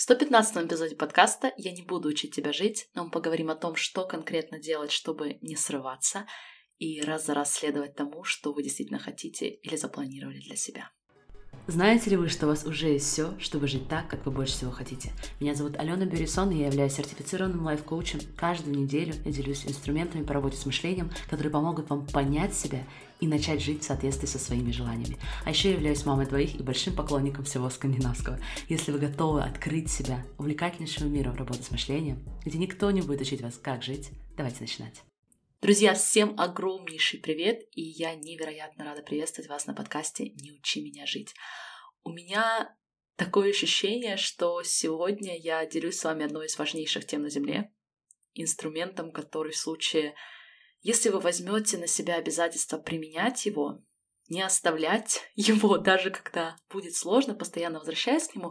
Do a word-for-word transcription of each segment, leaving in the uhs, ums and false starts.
сто пятнадцатом эпизоде подкаста «Я не буду учить тебя жить», но мы поговорим о том, что конкретно делать, чтобы не срываться и раз за раз следовать тому, что вы действительно хотите или запланировали для себя. Знаете ли вы, что у вас уже есть все, чтобы жить так, как вы больше всего хотите? Меня зовут Алена Бюрисон, и я являюсь сертифицированным лайф-коучем. Каждую неделю я делюсь инструментами по работе с мышлением, которые помогут вам понять себя и начать жить в соответствии со своими желаниями. А еще я являюсь мамой двоих и большим поклонником всего скандинавского. Если вы готовы открыть себя увлекательнейшему миру работы с мышлением, где никто не будет учить вас, как жить, давайте начинать. Друзья, всем огромнейший привет, и я невероятно рада приветствовать вас на подкасте «Не учи меня жить». У меня такое ощущение, что сегодня я делюсь с вами одной из важнейших тем на Земле, инструментом, который в случае, если вы возьмете на себя обязательство применять его, не оставлять его, даже когда будет сложно, постоянно возвращаясь к нему,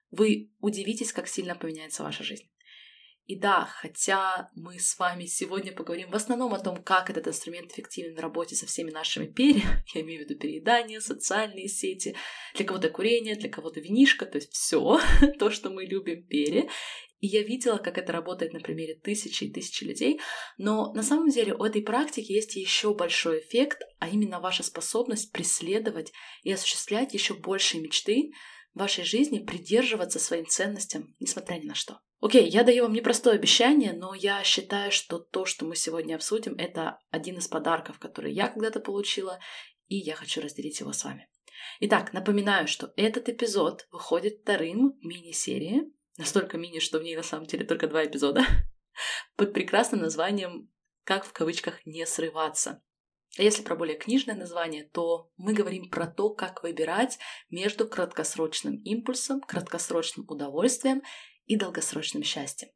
вы удивитесь, как сильно поменяется ваша жизнь. И да, хотя мы с вами сегодня поговорим в основном о том, как этот инструмент эффективен в работе со всеми нашими перьями, я имею в виду переедание, социальные сети, для кого-то курение, для кого-то винишко, то есть все то, что мы любим, перья. И я видела, как это работает на примере тысячи и тысячи людей, но на самом деле у этой практики есть еще большой эффект, а именно ваша способность преследовать и осуществлять еще большие мечты в вашей жизни, придерживаться своим ценностям, несмотря ни на что. Окей, я даю вам непростое обещание, но я считаю, что то, что мы сегодня обсудим, это один из подарков, который я когда-то получила, и я хочу разделить его с вами. Итак, напоминаю, что этот эпизод выходит вторым в мини-серии, настолько мини, что в ней на самом деле только два эпизода, под прекрасным названием «Как в кавычках не срываться». А если про более книжное название, то мы говорим про то, как выбирать между краткосрочным импульсом, краткосрочным удовольствием и долгосрочным счастьем.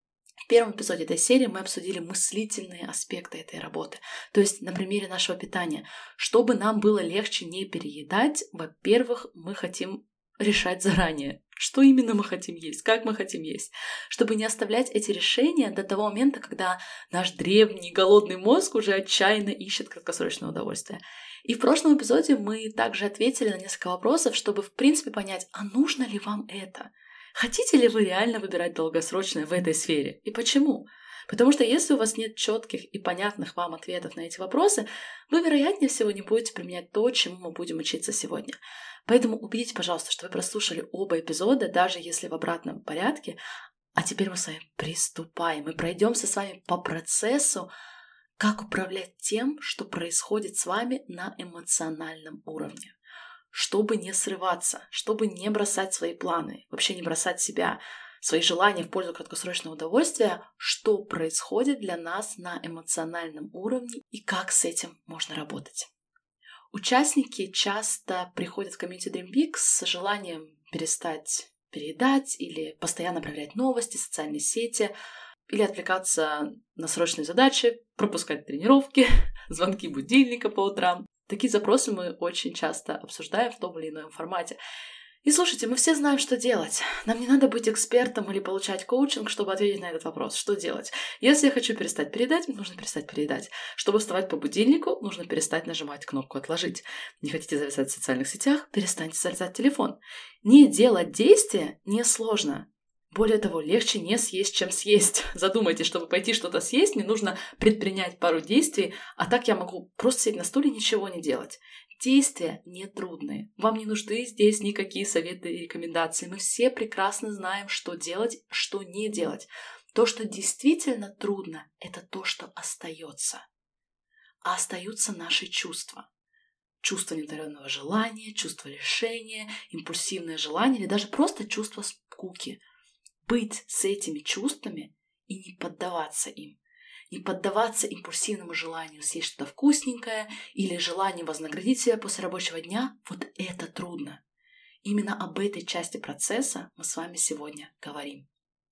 В первом эпизоде этой серии мы обсудили мыслительные аспекты этой работы. То есть на примере нашего питания. Чтобы нам было легче не переедать, во-первых, мы хотим решать заранее, что именно мы хотим есть, как мы хотим есть, чтобы не оставлять эти решения до того момента, когда наш древний голодный мозг уже отчаянно ищет краткосрочное удовольствие. И в прошлом эпизоде мы также ответили на несколько вопросов, чтобы в принципе понять, а нужно ли вам это? Хотите ли вы реально выбирать долгосрочное в этой сфере? И почему? Потому что если у вас нет четких и понятных вам ответов на эти вопросы, вы, вероятнее всего, не будете применять то, чему мы будем учиться сегодня. Поэтому убедитесь, пожалуйста, что вы прослушали оба эпизода, даже если в обратном порядке. А теперь мы с вами приступаем и пройдемся с вами по процессу, как управлять тем, что происходит с вами на эмоциональном уровне. Чтобы не срываться, чтобы не бросать свои планы, вообще не бросать себя, свои желания в пользу краткосрочного удовольствия, что происходит для нас на эмоциональном уровне и как с этим можно работать. Участники часто приходят в комьюнити Dream Big с желанием перестать переедать или постоянно проверять новости, социальные сети, или отвлекаться на срочные задачи, пропускать тренировки, звонки будильника по утрам. Такие запросы мы очень часто обсуждаем в том или ином формате. И слушайте, мы все знаем, что делать. Нам не надо быть экспертом или получать коучинг, чтобы ответить на этот вопрос. Что делать? Если я хочу перестать переедать, нужно перестать переедать. Чтобы вставать по будильнику, нужно перестать нажимать кнопку «Отложить». Не хотите зависать в социальных сетях? Перестаньте залезать в телефон. Не делать действия несложно. Более того, легче не съесть, чем съесть. Задумайтесь, чтобы пойти что-то съесть, мне нужно предпринять пару действий, а так я могу просто сидеть на стуле и ничего не делать. Действия нетрудные. Вам не нужны здесь никакие советы и рекомендации. Мы все прекрасно знаем, что делать, что не делать. То, что действительно трудно, это то, что остается. А остаются наши чувства. Чувство недовременного желания, чувство лишения, импульсивное желание или даже просто чувство скуки. Быть с этими чувствами и не поддаваться им. Не поддаваться импульсивному желанию съесть что-то вкусненькое или желанию вознаградить себя после рабочего дня, вот это трудно. Именно об этой части процесса мы с вами сегодня говорим.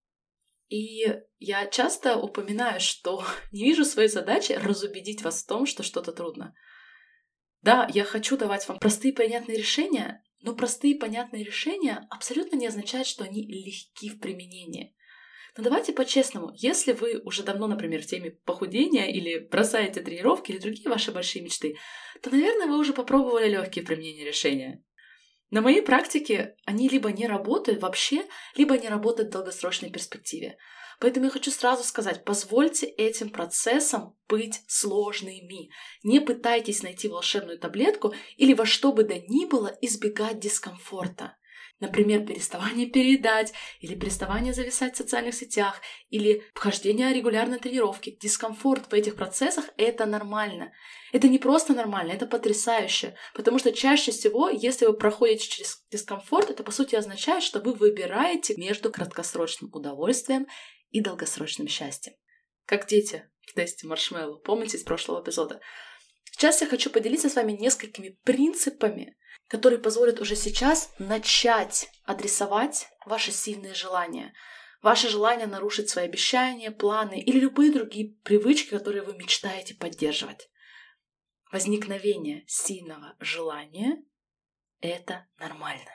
И я часто упоминаю, что не вижу своей задачи разубедить вас в том, что что-то трудно. Да, я хочу давать вам простые и понятные решения, но простые и понятные решения абсолютно не означают, что они легки в применении. Но давайте по-честному, если вы уже давно, например, в теме похудения или бросаете тренировки или другие ваши большие мечты, то, наверное, вы уже попробовали легкие применения решения. На моей практике они либо не работают вообще, либо не работают в долгосрочной перспективе. Поэтому я хочу сразу сказать, позвольте этим процессам быть сложными. Не пытайтесь найти волшебную таблетку или во что бы то ни было избегать дискомфорта. Например, переставание переедать, или переставание зависать в социальных сетях, или вхождение регулярной тренировки. Дискомфорт в этих процессах – это нормально. Это не просто нормально, это потрясающе. Потому что чаще всего, если вы проходите через дискомфорт, это по сути означает, что вы выбираете между краткосрочным удовольствием и долгосрочным счастьем. Как дети в тесте маршмеллоу. Помните из прошлого эпизода? Сейчас я хочу поделиться с вами несколькими принципами, которые позволят уже сейчас начать адресовать ваши сильные желания. Ваше желание нарушить свои обещания, планы или любые другие привычки, которые вы мечтаете поддерживать. Возникновение сильного желания – это нормально.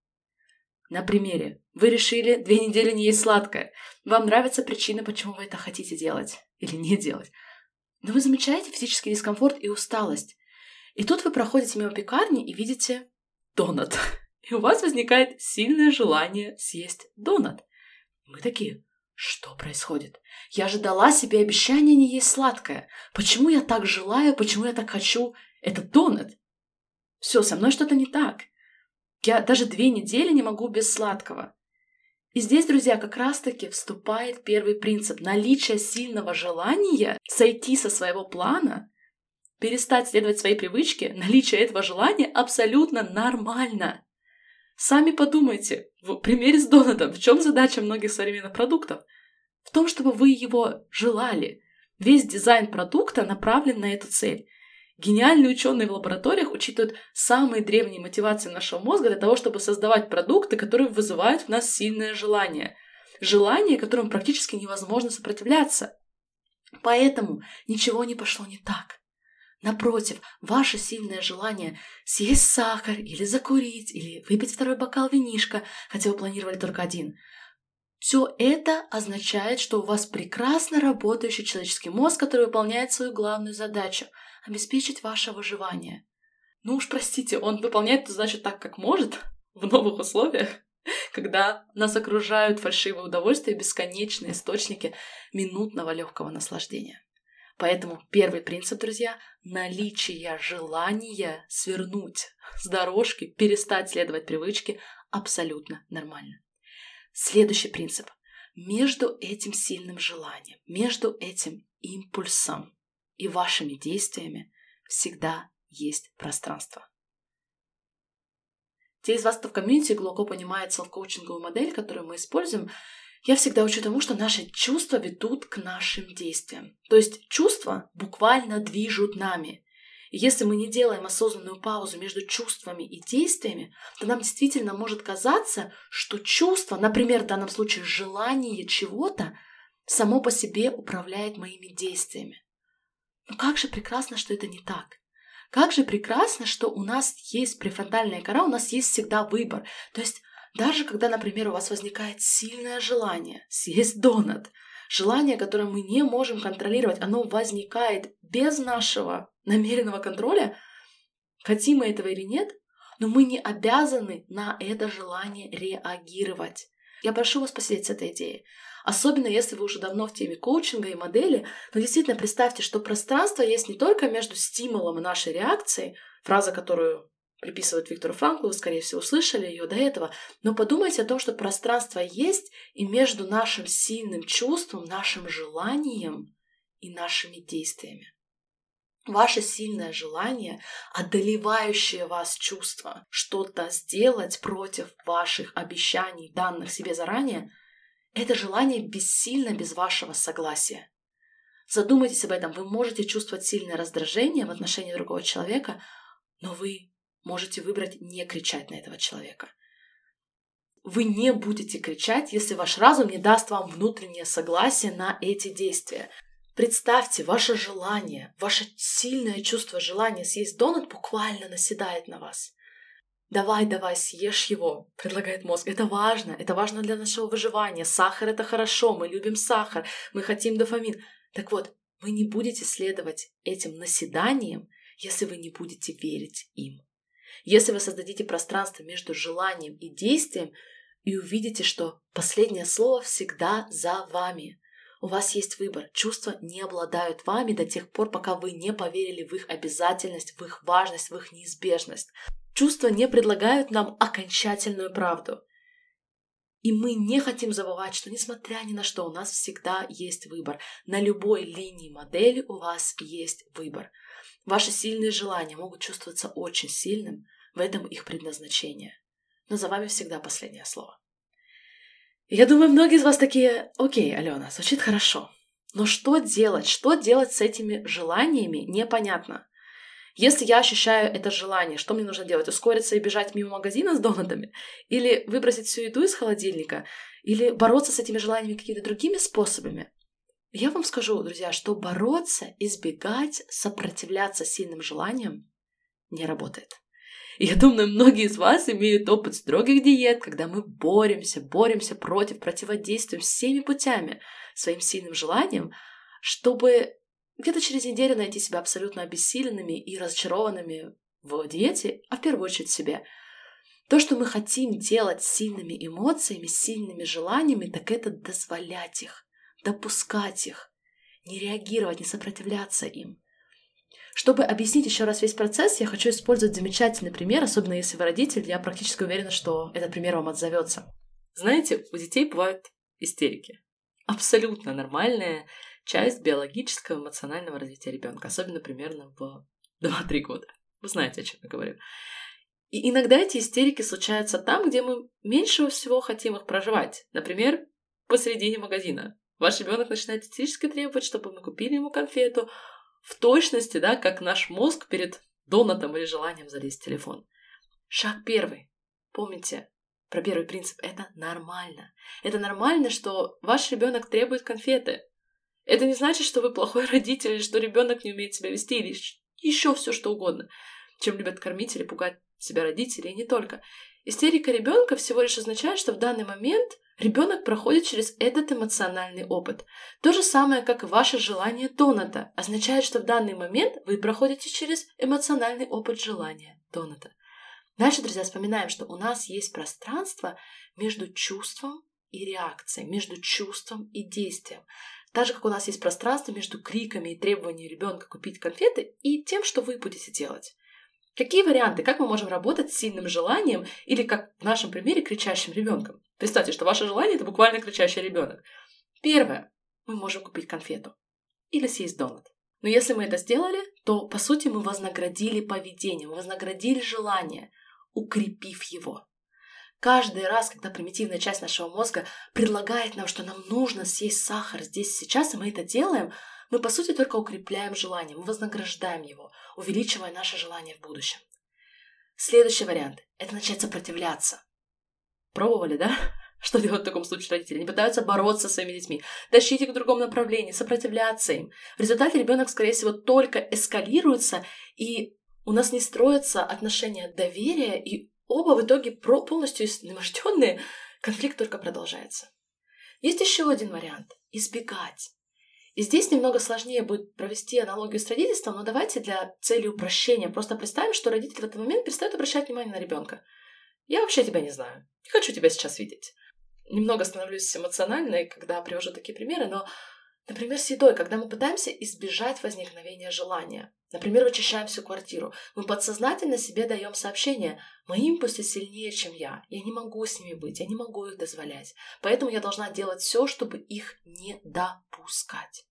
На примере. Вы решили две недели не есть сладкое. Вам нравятся причины, почему вы это хотите делать или не делать. Но вы замечаете физический дискомфорт и усталость. И тут вы проходите мимо пекарни и видите донат. И у вас возникает сильное желание съесть донат. Мы такие, что происходит? Я же дала себе обещание не есть сладкое. Почему я так желаю, почему я так хочу этот донат? Все, со мной что-то не так. Я даже две недели не могу без сладкого. И здесь, друзья, как раз-таки вступает первый принцип. Наличие сильного желания сойти со своего плана, перестать следовать своей привычке, наличие этого желания абсолютно нормально. Сами подумайте, в примере с донатом, в чем задача многих современных продуктов? В том, чтобы вы его желали. Весь дизайн продукта направлен на эту цель. Гениальные ученые в лабораториях учитывают самые древние мотивации нашего мозга для того, чтобы создавать продукты, которые вызывают в нас сильное желание. Желание, которому практически невозможно сопротивляться. Поэтому ничего не пошло не так. Напротив, ваше сильное желание съесть сахар или закурить, или выпить второй бокал винишка, хотя вы планировали только один. Все это означает, что у вас прекрасно работающий человеческий мозг, который выполняет свою главную задачу – обеспечить ваше выживание. Ну уж простите, он выполняет это, значит, так, как может, в новых условиях, когда нас окружают фальшивые удовольствия и бесконечные источники минутного легкого наслаждения. Поэтому первый принцип, друзья, наличие желания свернуть с дорожки, перестать следовать привычке абсолютно нормально. Следующий принцип. Между этим сильным желанием, между этим импульсом и вашими действиями всегда есть пространство. Те из вас, кто в комьюнити глубоко понимает селф-коучинговую модель, которую мы используем, я всегда учу тому, что наши чувства ведут к нашим действиям. То есть чувства буквально движут нами. И если мы не делаем осознанную паузу между чувствами и действиями, то нам действительно может казаться, что чувство, например, в данном случае желание чего-то, само по себе управляет моими действиями. Но как же прекрасно, что это не так. Как же прекрасно, что у нас есть префронтальная кора, у нас есть всегда выбор. То есть даже когда, например, у вас возникает сильное желание съесть донат, желание, которое мы не можем контролировать, оно возникает без нашего намеренного контроля, хотим мы этого или нет, но мы не обязаны на это желание реагировать. Я прошу вас посидеть с этой идеей. Особенно если вы уже давно в теме коучинга и модели, но действительно представьте, что пространство есть не только между стимулом и нашей реакцией, фраза, которую приписывают Виктору Франклу, вы, скорее всего, слышали ее до этого, но подумайте о том, что пространство есть и между нашим сильным чувством, нашим желанием и нашими действиями. Ваше сильное желание, одолевающее вас чувство что-то сделать против ваших обещаний, данных себе заранее, это желание бессильно без вашего согласия. Задумайтесь об этом. Вы можете чувствовать сильное раздражение в отношении другого человека, но вы можете выбрать не кричать на этого человека. Вы не будете кричать, если ваш разум не даст вам внутреннее согласие на эти действия. Представьте, ваше желание, ваше сильное чувство желания съесть донат буквально наседает на вас. «Давай, давай, съешь его», — предлагает мозг. Это важно, это важно для нашего выживания. Сахар — это хорошо, мы любим сахар, мы хотим дофамин. Так вот, вы не будете следовать этим наседаниям, если вы не будете верить им. Если вы создадите пространство между желанием и действием и увидите, что последнее слово всегда за вами. У вас есть выбор. Чувства не обладают вами до тех пор, пока вы не поверили в их обязательность, в их важность, в их неизбежность. Чувства не предлагают нам окончательную правду. И мы не хотим забывать, что несмотря ни на что, у нас всегда есть выбор. На любой линии модели у вас есть выбор. Ваши сильные желания могут чувствоваться очень сильным, в этом их предназначение. Но за вами всегда последнее слово. Я думаю, многие из вас такие: окей, Алена, звучит хорошо. Но что делать? Что делать с этими желаниями? Непонятно. Если я ощущаю это желание, что мне нужно делать? Ускориться и бежать мимо магазина с донатами? Или выбросить всю еду из холодильника? Или бороться с этими желаниями какими-то другими способами? Я вам скажу, друзья, что бороться, избегать, сопротивляться сильным желаниям не работает. Я думаю, многие из вас имеют опыт строгих диет, когда мы боремся, боремся против, противодействуем всеми путями своим сильным желаниям, чтобы где-то через неделю найти себя абсолютно обессиленными и разочарованными в диете, а в первую очередь в себе. То, что мы хотим делать с сильными эмоциями, с сильными желаниями, так это дозволять их, допускать их, не реагировать, не сопротивляться им. Чтобы объяснить еще раз весь процесс, я хочу использовать замечательный пример, особенно если вы родитель, я практически уверена, что этот пример вам отзовется. Знаете, у детей бывают истерики. Абсолютно нормальная часть биологического эмоционального развития ребенка, особенно примерно в два-три года. Вы знаете, о чем я говорю. И иногда эти истерики случаются там, где мы меньше всего хотим их проживать. Например, посередине магазина. Ваш ребенок начинает истерически требовать, чтобы мы купили ему конфету, в точности, да, как наш мозг перед донатом или желанием залезть в телефон. Шаг первый. Помните про первый принцип. Это нормально. Это нормально, что ваш ребенок требует конфеты. Это не значит, что вы плохой родитель, или что ребенок не умеет себя вести, или еще все что угодно, чем любят кормить или пугать себя родители, и не только. Истерика ребенка всего лишь означает, что в данный момент ребенок проходит через этот эмоциональный опыт. То же самое, как и ваше желание доната, означает, что в данный момент вы проходите через эмоциональный опыт желания доната. Дальше, друзья, вспоминаем, что у нас есть пространство между чувством и реакцией, между чувством и действием. Так же, как у нас есть пространство между криками и требованием ребенка купить конфеты и тем, что вы будете делать. Какие варианты, как мы можем работать с сильным желанием или, как в нашем примере, кричащим ребенком? Представьте, что ваше желание – это буквально кричащий ребенок. Первое. Мы можем купить конфету или съесть донат. Но если мы это сделали, то, по сути, мы вознаградили поведение, мы вознаградили желание, укрепив его. Каждый раз, когда примитивная часть нашего мозга предлагает нам, что нам нужно съесть сахар здесь сейчас, и мы это делаем, мы, по сути, только укрепляем желание, мы вознаграждаем его, увеличивая наше желание в будущем. Следующий вариант – это начать сопротивляться. Пробовали, да? Что делают в таком случае родители? Они пытаются бороться со своими детьми, тащить их в другом направлении, сопротивляться им. В результате ребенок, скорее всего, только эскалируется, и у нас не строятся отношения доверия, и оба в итоге полностью изнеможденные, конфликт только продолжается. Есть еще один вариант – избегать. И здесь немного сложнее будет провести аналогию с родительством, но давайте для цели упрощения просто представим, что родитель в этот момент перестает обращать внимание на ребенка. Я вообще тебя не знаю, не хочу тебя сейчас видеть. Немного становлюсь эмоциональной, когда привожу такие примеры, но, например, с едой, когда мы пытаемся избежать возникновения желания. Например, вычищаем всю квартиру. Мы подсознательно себе даем сообщение: мои импульсы сильнее, чем я. Я не могу с ними быть, я не могу их дозволять. Поэтому я должна делать все, чтобы их не допускать.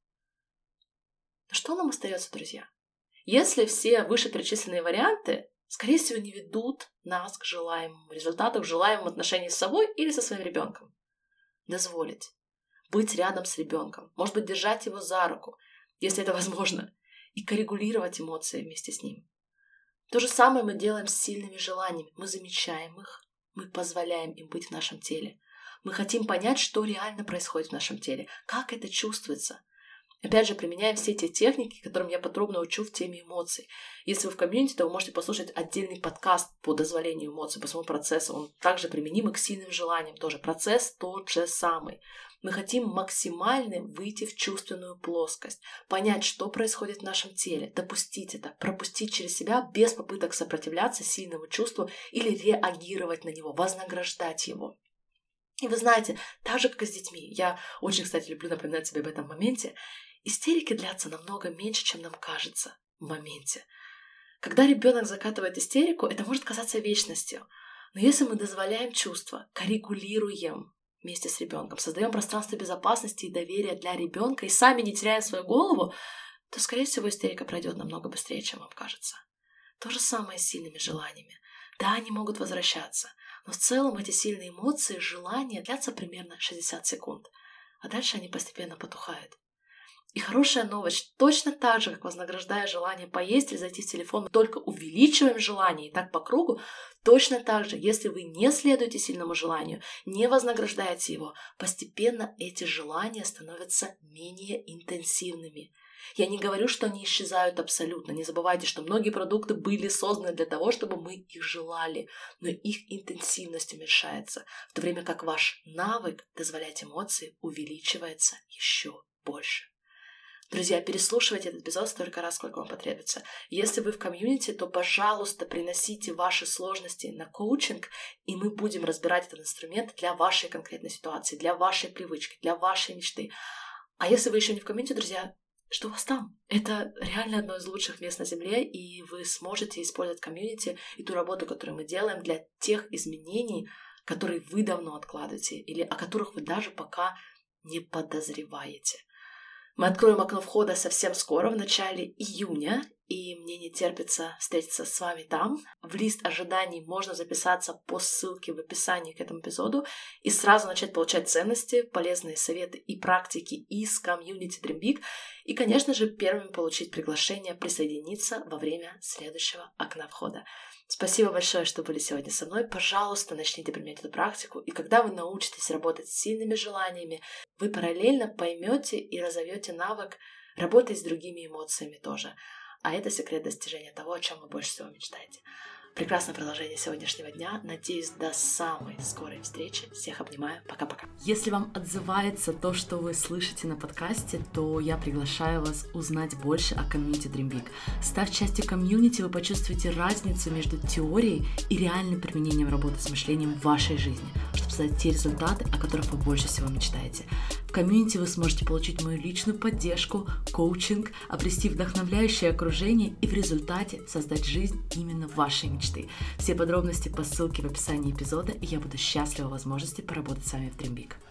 Но что нам остается, друзья? Если все вышеперечисленные варианты, скорее всего, не ведут нас к желаемому результату, к желаемому отношению с собой или со своим ребенком. Дозволить. Быть рядом с ребенком. Может быть, держать его за руку, если это возможно. И коррегулировать эмоции вместе с ним. То же самое мы делаем с сильными желаниями. Мы замечаем их, мы позволяем им быть в нашем теле. Мы хотим понять, что реально происходит в нашем теле, как это чувствуется. Опять же, применяем все те техники, которым я подробно учу в теме эмоций. Если вы в комьюнити, то вы можете послушать отдельный подкаст по дозволению эмоций, по своему процессу. Он также применим и к сильным желаниям тоже. Процесс тот же самый. Мы хотим максимально выйти в чувственную плоскость, понять, что происходит в нашем теле, допустить это, пропустить через себя без попыток сопротивляться сильному чувству или реагировать на него, вознаграждать его. И вы знаете, так же, как и с детьми, я очень, кстати, люблю напоминать себе об этом моменте, истерики длятся намного меньше, чем нам кажется в моменте. Когда ребенок закатывает истерику, это может казаться вечностью. Но если мы дозволяем чувства, коррегулируем вместе с ребенком, создаем пространство безопасности и доверия для ребенка и сами не теряем свою голову, то, скорее всего, истерика пройдет намного быстрее, чем вам кажется. То же самое с сильными желаниями. Да, они могут возвращаться, но в целом эти сильные эмоции, желания длятся примерно шестьдесят секунд, а дальше они постепенно потухают. И хорошая новость, точно так же, как вознаграждая желание поесть или зайти в телефон, мы только увеличиваем желание и так по кругу, точно так же, если вы не следуете сильному желанию, не вознаграждаете его, постепенно эти желания становятся менее интенсивными. Я не говорю, что они исчезают абсолютно. Не забывайте, что многие продукты были созданы для того, чтобы мы их желали, но их интенсивность уменьшается, в то время как ваш навык дозволять эмоции увеличивается еще больше. Друзья, переслушивайте этот эпизод столько раз, сколько вам потребуется. Если вы в комьюнити, то, пожалуйста, приносите ваши сложности на коучинг, и мы будем разбирать этот инструмент для вашей конкретной ситуации, для вашей привычки, для вашей мечты. А если вы еще не в комьюнити, друзья, что у вас там? Это реально одно из лучших мест на Земле, и вы сможете использовать комьюнити и ту работу, которую мы делаем, для тех изменений, которые вы давно откладываете, или о которых вы даже пока не подозреваете. Мы откроем окно входа совсем скоро, в начале июня, и мне не терпится встретиться с вами там. В лист ожиданий можно записаться по ссылке в описании к этому эпизоду и сразу начать получать ценности, полезные советы и практики из комьюнити Dream Big. И, конечно же, первыми получить приглашение присоединиться во время следующего окна входа. Спасибо большое, что были сегодня со мной. Пожалуйста, начните применять эту практику. И когда вы научитесь работать с сильными желаниями, вы параллельно поймете и разовьете навык работать с другими эмоциями тоже. А это секрет достижения того, о чем вы больше всего мечтаете. Прекрасное продолжение сегодняшнего дня. Надеюсь, до самой скорой встречи. Всех обнимаю. Пока-пока. Если вам отзывается то, что вы слышите на подкасте, то я приглашаю вас узнать больше о комьюнити Dream Big. Став частью комьюнити, вы почувствуете разницу между теорией и реальным применением работы с мышлением в вашей жизни, чтобы создать те результаты, о которых вы больше всего мечтаете. В комьюнити вы сможете получить мою личную поддержку, коучинг, обрести вдохновляющее окружение и в результате создать жизнь именно вашей мечты. Все подробности по ссылке в описании эпизода, и я буду счастлива возможности поработать с вами в Dream Big.